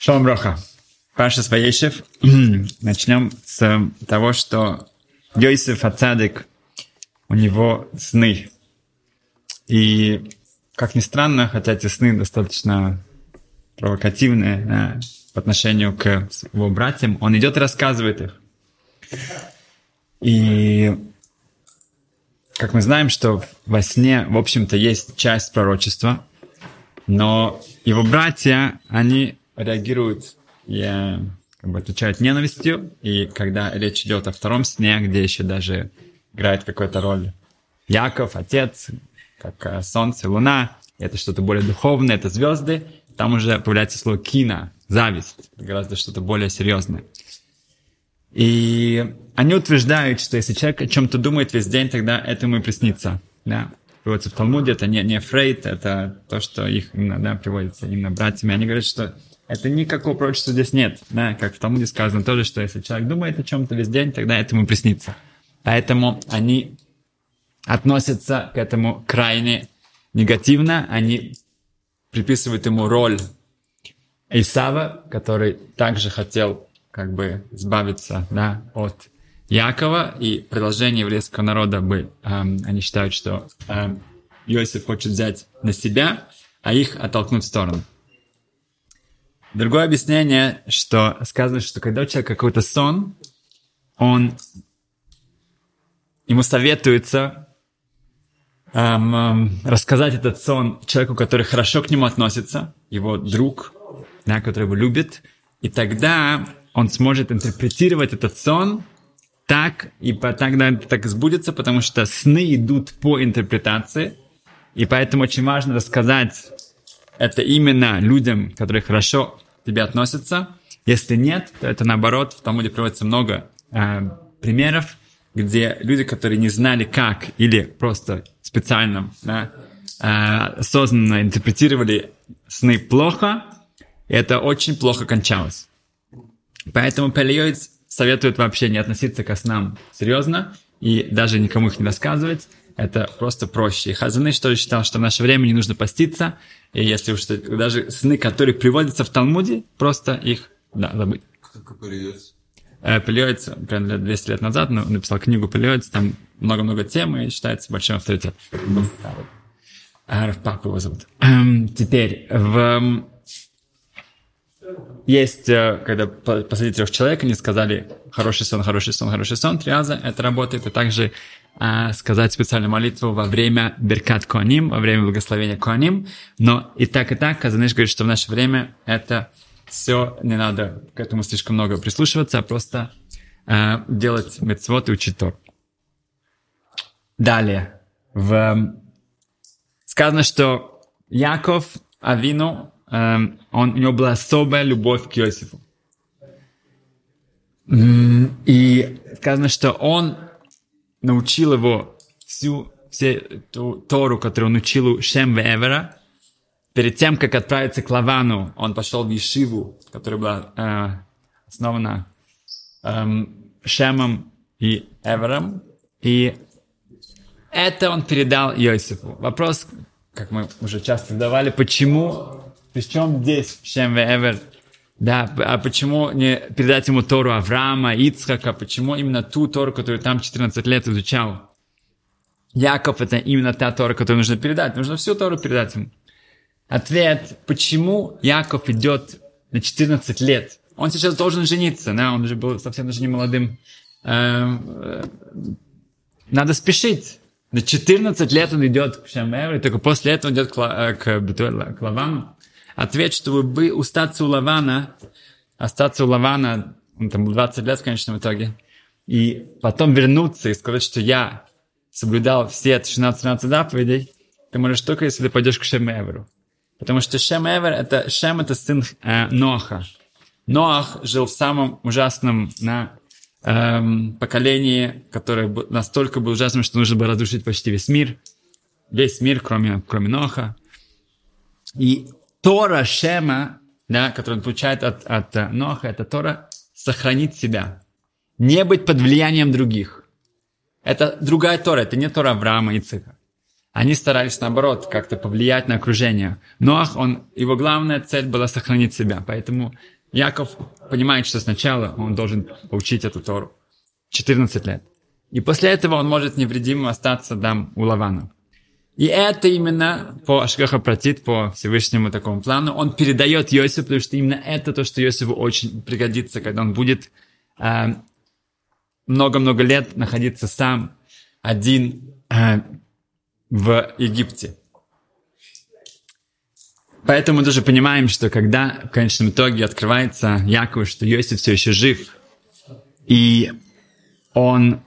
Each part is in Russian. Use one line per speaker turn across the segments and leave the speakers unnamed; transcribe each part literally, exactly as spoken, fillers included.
Шалом броха. Паршас Ваешев. Начнем с того, что Йосеф ха-Цадик, у него сны. И, как ни странно, хотя эти сны достаточно провокативные да, по отношению к его братьям, он идет и рассказывает их. И, как мы знаем, что во сне, в общем-то, есть часть пророчества, но его братья, они реагируют и как бы отвечают ненавистью, и когда речь идет о втором сне, где еще даже играет какую-то роль Яков, отец, как солнце, луна, это что-то более духовное, это звезды, там уже появляется слово кина, зависть, гораздо что-то более серьезное. И они утверждают, что если человек о чем-то думает весь день, тогда это ему и приснится. Да? Приводится в Талмуде, это не, не Фрейд, это то, что их именно, да, приводится именно братьями. Они говорят, что это никакого пророчества здесь нет. Да? Как в Талмуде сказано тоже, что если человек думает о чем-то весь день, тогда это ему приснится. Поэтому они относятся к этому крайне негативно. Они приписывают ему роль Исава, который также хотел как бы избавиться да, от Якова, и продолжение еврейского народа бы, эм, они считают, что эм, Йосеф хочет взять на себя, а их оттолкнуть в сторону. Другое объяснение, что сказано, что когда у человека какой-то сон, он, ему советуется эм, эм, рассказать этот сон человеку, который хорошо к нему относится, его друг, да, который его любит, и тогда он сможет интерпретировать этот сон так, и тогда это так сбудется, потому что сны идут по интерпретации, и поэтому очень важно рассказать это именно людям, которые хорошо к тебе относятся. Если нет, то это наоборот. В Талмуде приводится много э, примеров, где люди, которые не знали как, или просто специально, да, э, осознанно интерпретировали сны плохо, и это очень плохо кончалось. Поэтому Пеле-Йоэц советует вообще не относиться ко снам серьезно и даже никому их не рассказывать. Это просто проще. И Хазон Иш тоже считал, что в наше время не нужно поститься. И если уж даже сны, которые приводятся в Талмуде, просто их да, забыть.
Кто Пеле-Йоэц?
Пеле-Йоэц, примерно двести лет назад, ну, написал книгу Пеле-Йоэц, там много-много тем и считается большим авторитетом. Папу его зовут. Теперь, в... Есть, когда посреди трех человек, они сказали «хороший сон, хороший сон, хороший сон», три раза это работает, и также а, сказать специальную молитву во время Беркат Коаним, во время благословения Коаним, но и так, и так, Хазон Иш говорит, что в наше время это все, не надо к этому слишком много прислушиваться, а просто а, делать мицвот и учить Тору. Далее, в... сказано, что Яков Авину, Um, он, у него была особая любовь к Йосефу. Mm, и сказано, что он научил его всю, всю ту Тору, которую он учил у Шем ве Эвера. Перед тем, как отправиться к Лавану, он пошел в Ешиву, которая была э, основана э, Шемом и Эвером. И это он передал Йосефу. Вопрос, как мы уже часто задавали, почему... Причем здесь Шем ве Эвер, да, а почему не передать ему Тору Авраама, Ицхака, почему именно ту Тору, которую там четырнадцать лет изучал? Яков — это именно та Тора, которую нужно передать, нужно всю Тору передать ему. Ответ, почему Яков идет на четырнадцать лет? Он сейчас должен жениться, да, он уже был совсем даже не молодым. Надо спешить. На четырнадцать лет он идет к Шем ве Эвер, и только после этого он идет к, к, к Лавану. Ответ, чтобы остаться у Лавана, остаться у Лавана, он там был двадцать лет в конечном итоге, и потом вернуться и сказать, что я соблюдал все шестнадцать-тринадцать заповедей, ты можешь только, если ты пойдешь к Шем ве Эверу. Потому что Шем ве Эвер, это Шем, это сын э, Ноаха. Ноах жил в самом ужасном на, эм, поколении, которое настолько было ужасным, что нужно было разрушить почти весь мир. Весь мир, кроме, кроме Ноаха. И Тора Шема, да, которую он получает от, от uh, Ноаха, это Тора сохранить себя. Не быть под влиянием других. Это другая Тора, это не Тора Авраама и Ицхака. Они старались, наоборот, как-то повлиять на окружение. Ноах, он, его главная цель была сохранить себя. Поэтому Яков понимает, что сначала он должен поучить эту Тору. четырнадцать лет. И после этого он может невредимым остаться там у Лавана. И это именно по Ашгаха Пратит, по Всевышнему такому плану, он передает Йосифу, потому что именно это то, что Йосифу очень пригодится, когда он будет э, много-много лет находиться сам один э, в Египте. Поэтому мы тоже понимаем, что когда в конечном итоге открывается Якову, что Йосиф все еще жив, и он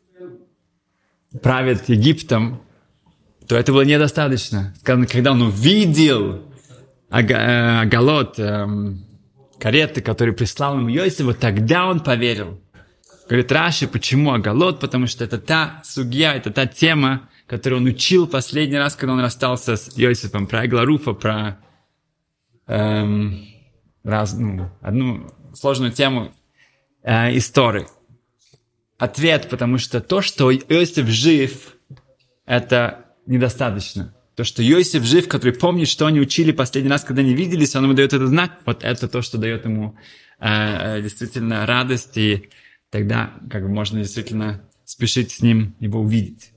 правит Египтом, то это было недостаточно. Когда он увидел Агалот, кареты, которые прислал ему Йосифу, тогда он поверил. Говорит Раши, почему Агалот? Потому что это та сугья, это та тема, которую он учил последний раз, когда он расстался с Йосифом, про Эгларуфа, про эм, раз, ну, одну сложную тему э, истории. Ответ, потому что то, что Йосиф жив, это недостаточно. То, что Йосиф жив, который помнит, что они учили последний раз, когда они виделись, он ему дает этот знак, вот это то, что дает ему э, действительно радость, и тогда как бы можно действительно спешить с ним, его увидеть.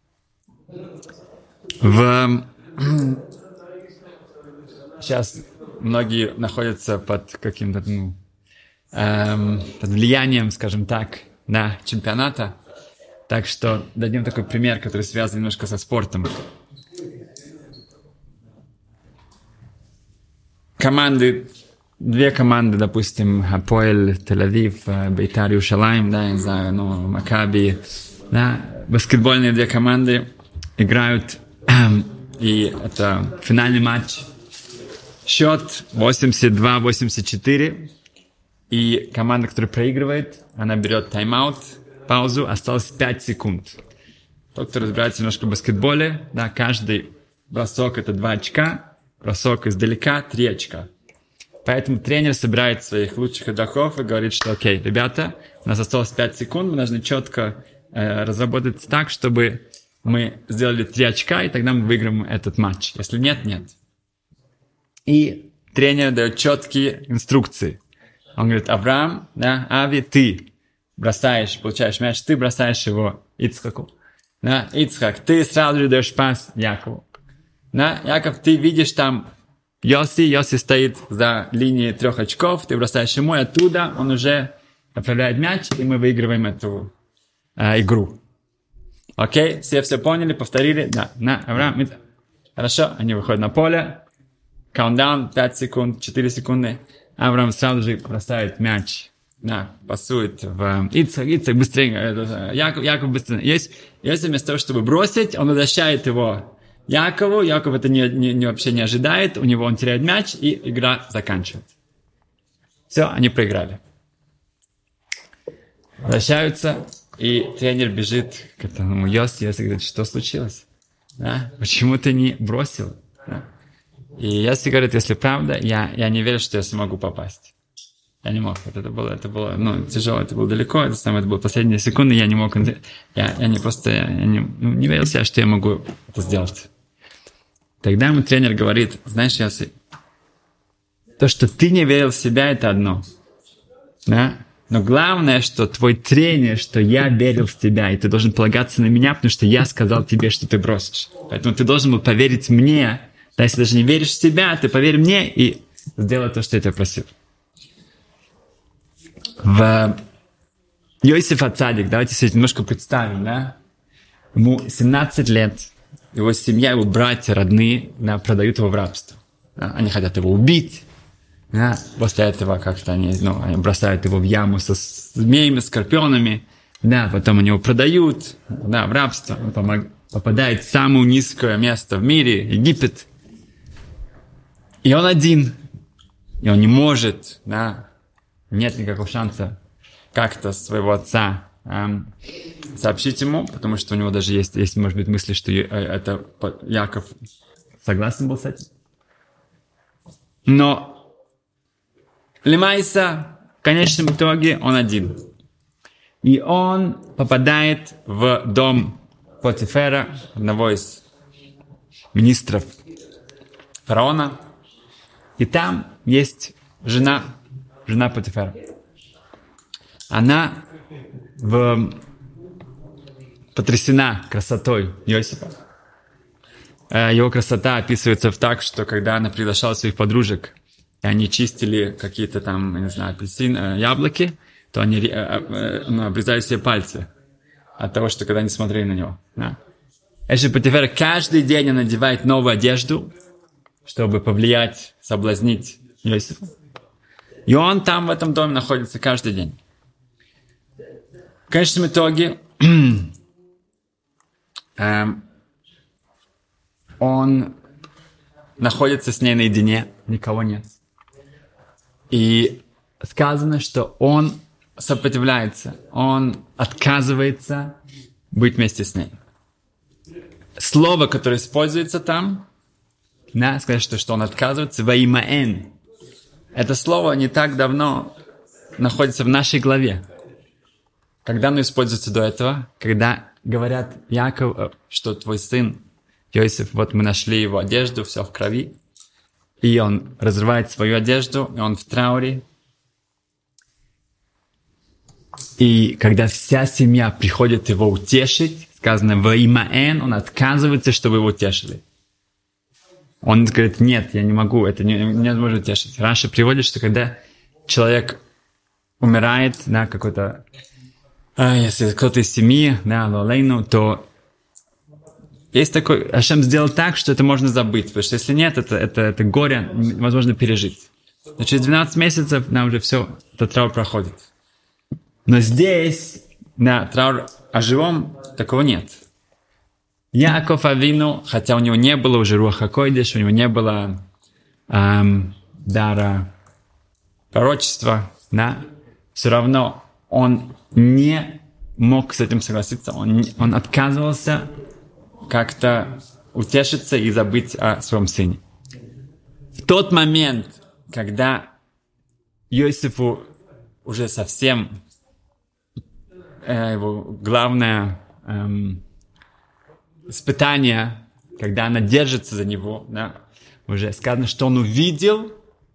В... Сейчас многие находятся под каким-то, ну, эм, под влиянием, скажем так, на чемпионата. Так что дадим такой пример, который связан немножко со спортом. Команды, две команды, допустим, Апоэль Тель-Авив, Бейтар Иерушалаим, да, я не знаю, ну, Макаби, да, баскетбольные две команды играют, и это финальный матч. Счет восемьдесят два восемьдесят четыре, и команда, которая проигрывает, она берет тайм-аут, паузу, осталось пять секунд. Тот, кто разбирается немножко в баскетболе, да, каждый бросок это два очка, бросок издалека три очка. Поэтому тренер собирает своих лучших игроков и говорит, что окей, ребята, у нас осталось пять секунд, мы должны четко э, разработать так, чтобы мы сделали три очка, и тогда мы выиграем этот матч. Если нет, нет. И тренер дает четкие инструкции. Он говорит, Авраам, да, Ави, ты бросаешь, получаешь мяч, ты бросаешь его Ицхаку. Да, Ицхак, ты сразу же даешь пас Якову. Да, Яков, ты видишь там Йоси, Йоси стоит за линией трех очков, ты бросаешь ему, и оттуда он уже направляет мяч, и мы выигрываем эту э, игру. Окей, все все поняли, повторили? Да, на, Авраам, Ицхак. Хорошо, они выходят на поле. Каунтдаун, пять секунд, четыре секунды. Авраам сразу же бросает мяч. Да, пасует в Ицхак, Ицхак быстрее. Яков, Яков быстрее. Есть, если вместо того, чтобы бросить, он возвращает его Якову. Яков это не, не, не, вообще не ожидает. У него он теряет мяч, и игра заканчивается. Все, они проиграли. Возвращаются, и тренер бежит к этому Йоси. Йоси говорит, что случилось? Да? Почему ты не бросил? Да? И Йоси говорит, если правда, я, я не верю, что я смогу попасть. Я не мог. Вот это было, это было, ну, тяжело, это было далеко, это самое, это было последние секунды, я не мог, я, я не просто, я не, ну, не верил в себя, что я могу это сделать. Тогда ему тренер говорит, знаешь, Йоси, то, что ты не верил в себя, это одно, да? Но главное, что твой тренер, что я верил в тебя, и ты должен полагаться на меня, потому что я сказал тебе, что ты бросишь. Поэтому ты должен был поверить мне. Да, если даже не веришь в себя, ты поверь мне и сделай то, что я тебя просил. В Йосиф Ацадик, давайте себе немножко представим, да? Ему семнадцать лет, его семья, его братья родные, да, продают его в рабство. Да? Они хотят его убить. Да? После этого как-то они, ну, они бросают его в яму со змеями, скорпионами. Да, потом они его продают, да, в рабство. Он помог, попадает в самое низкое место в мире, Египет. И он один. И он не может, да, нет никакого шанса как-то своего отца эм, сообщить ему, потому что у него даже есть, есть, может быть, мысли, что это Яков согласен был с этим. Но Лемайса в конечном итоге он один. И он попадает в дом Потифера, одного из министров фараона. И там есть жена жена Потифара. Она в... потрясена красотой Йосифа. Его красота описывается в так, что когда она приглашала своих подружек, и они чистили какие-то там, я не знаю, апельсины, яблоки, то они ну, обрезали себе пальцы от того, что когда они смотрели на него. Да. Эши Потифара каждый день она надевает новую одежду, чтобы повлиять, соблазнить Йосифа. И он там в этом доме находится каждый день. В конечном итоге эм, он находится с ней наедине, никого нет. И сказано, что он сопротивляется, он отказывается быть вместе с ней. Слово, которое используется там, да, сказать, что, что он отказывается, «ваимаэн». Это слово не так давно находится в нашей главе. Когда оно используется до этого? Когда говорят Якову, что твой сын Йосиф, вот мы нашли его одежду, все в крови. И он разрывает свою одежду, и он в трауре. И когда вся семья приходит его утешить, сказано «ваимаэн», он отказывается, чтобы его утешили. Он говорит, нет, я не могу, это невозможно утешить. Раша приводит, что когда человек умирает, да, какой-то, а, если кто-то из семьи, да, лолейну, то есть такой, Ашем сделал так, что это можно забыть, потому что если нет, это, это, это горе невозможно пережить. Но через двенадцать месяцев нам уже все, этот траур проходит. Но здесь, да, траур о живом, такого нет. Яков Авину, хотя у него не было уже руаха койдеш, у него не было эм, дара пророчества, да, все равно он не мог с этим согласиться, он, он отказывался как-то утешиться и забыть о своем сыне. В тот момент, когда Йосифу уже совсем э, его главное эм, испытание, когда она держится за него, да, уже сказано, что он увидел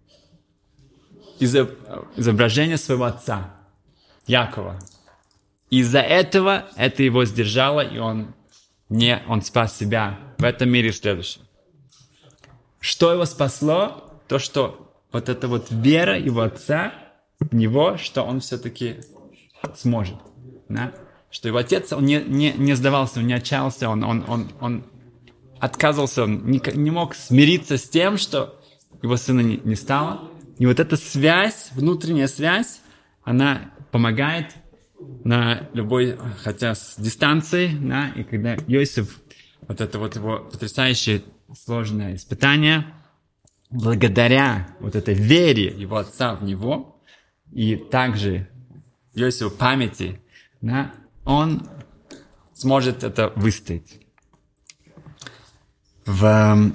изображение своего отца, Якова. Из-за этого это его сдержало, и он, не, он спас себя в этом мире и в следующем. Что его спасло? То, что вот эта вот вера его отца в него, что он все-таки сможет. Да? Что его отец, он не, не, не сдавался, он не отчаялся, он, он, он, он отказывался, он не, не мог смириться с тем, что его сына не, не стало. И вот эта связь, внутренняя связь, она помогает на любой, хотя с дистанции, да, и когда Йосиф, вот это вот его потрясающее сложное испытание, благодаря вот этой вере его отца в него, и также Йосифу памяти, да, он сможет это выстоять. В...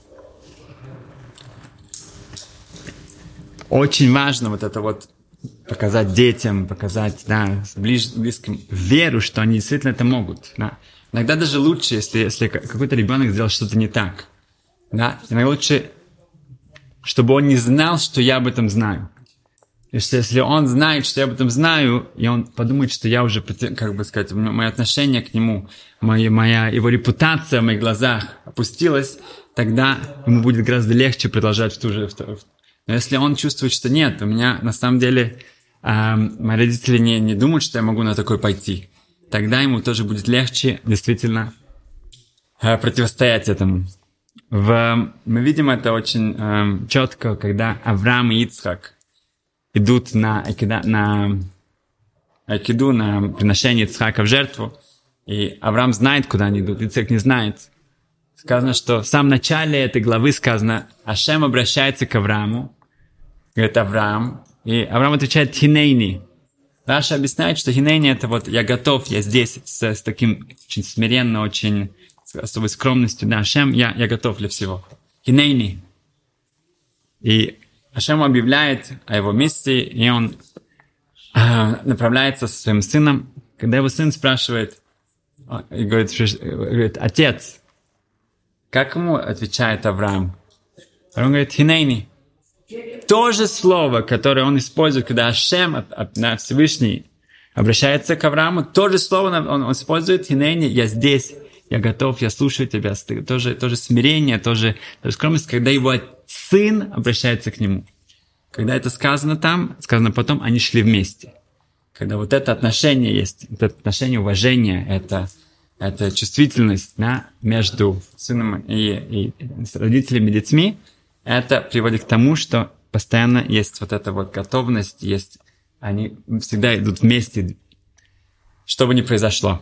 Очень важно вот это вот показать детям, показать, да, ближ, близким веру, что они действительно это могут. Да. Иногда даже лучше, если, если какой-то ребенок сделал что-то не так. Да. Иногда лучше, чтобы он не знал, что я об этом знаю. И что если он знает, что я об этом знаю, и он подумает, что я уже, как бы сказать, мое отношение к нему, моя, моя, его репутация в моих глазах опустилась, тогда ему будет гораздо легче продолжать в ту же... В ту, но если он чувствует, что нет, у меня на самом деле э, мои родители не, не думают, что я могу на такой пойти, тогда ему тоже будет легче действительно э, противостоять этому. В, мы видим это очень э, четко, когда Авраам и Ицхак идут на Акида, на Акиду, на приношение Ицхака в жертву, и Авраам знает, куда они идут, Ицхак не знает. Сказано, что в самом начале этой главы сказано, Ашем обращается к Аврааму, говорит Авраам, и Авраам отвечает «Хинейни». Раша объясняет, что «Хинейни» — это вот «я готов, я здесь», с, с таким очень смиренно, очень с особой скромностью, да, Ашем, я, я готов для всего. «Хинейни». И Ашем объявляет о его миссии, и он э, направляется со своим сыном. Когда его сын спрашивает, и говорит, говорит «Отец», как ему отвечает Авраам? Он говорит «Хинейни». То же слово, которое он использует, когда Ашем, Всевышний, обращается к Аврааму, то же слово он, он использует, «Хинейни, я здесь, я готов, я слушаю тебя», тоже, тоже смирение, тоже, тоже скромность, когда его сын обращается к нему. Когда это сказано там, сказано потом, они шли вместе. Когда вот это отношение есть, это отношение уважения, это, это чувствительность, да, между сыном и, и родителями и детьми, это приводит к тому, что постоянно есть вот эта вот готовность, есть, они всегда идут вместе, что бы ни произошло.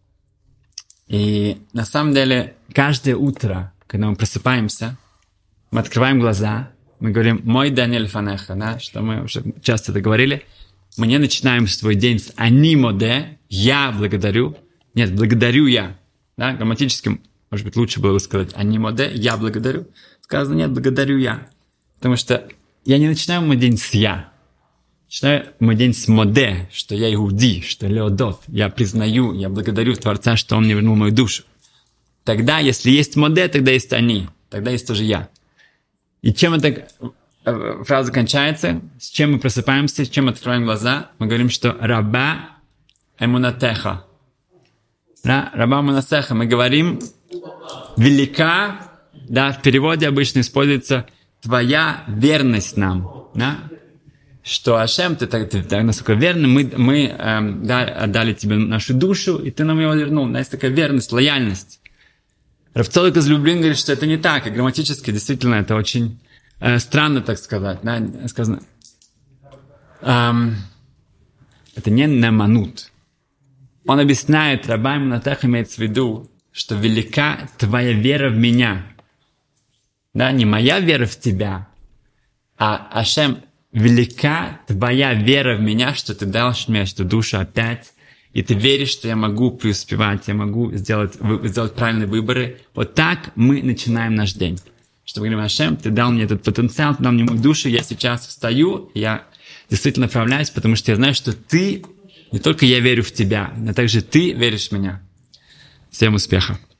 И на самом деле, каждое утро, когда мы просыпаемся, мы открываем глаза, мы говорим «Мой Даниэль Фанеха», да, что мы уже часто это говорили. Мы не начинаем свой день с «Ани моде», «Я благодарю». Нет, «благодарю я». Да, грамматически, может быть, лучше было бы сказать «Ани моде», «Я благодарю». Сказано «Нет, благодарю я». Потому что я не начинаю мой день с «я». Начинаю мой день с «моде», что я иуди, что леодот. Я признаю, я благодарю Творца, что Он мне вернул мою душу. Тогда, если есть «моде», тогда есть «они». Тогда есть тоже «я». И чем эта фраза кончается, с чем мы просыпаемся, с чем открываем глаза, мы говорим, что «раба эмунатеха». Да, «раба эмунатеха». Мы говорим «велика», да, в переводе обычно используется «твоя верность нам». Да? Что Ашем, ты так, ты так насколько верный, мы, мы эм, да, отдали тебе нашу душу, и ты нам его вернул. У нас есть такая верность, лояльность. Рав Цадок из Люблин говорит, что это не так, и грамматически действительно это очень э, странно, так сказать. Да? Сказано, эм, это не наманут. Он объясняет, раба эмунатеха имеется в виду, что велика твоя вера в меня. Да, не моя вера в тебя, а Ашем, велика твоя вера в меня, что ты дал мне эту душу опять, и ты веришь, что я могу преуспевать, я могу сделать, сделать правильные выборы. Вот так мы начинаем наш день. Что мы говорим, Ашем, ты дал мне этот потенциал, ты дал мне мою душу, я сейчас встаю, я действительно направляюсь, потому что я знаю, что ты, не только я верю в тебя, но также ты веришь в меня. Всем успеха!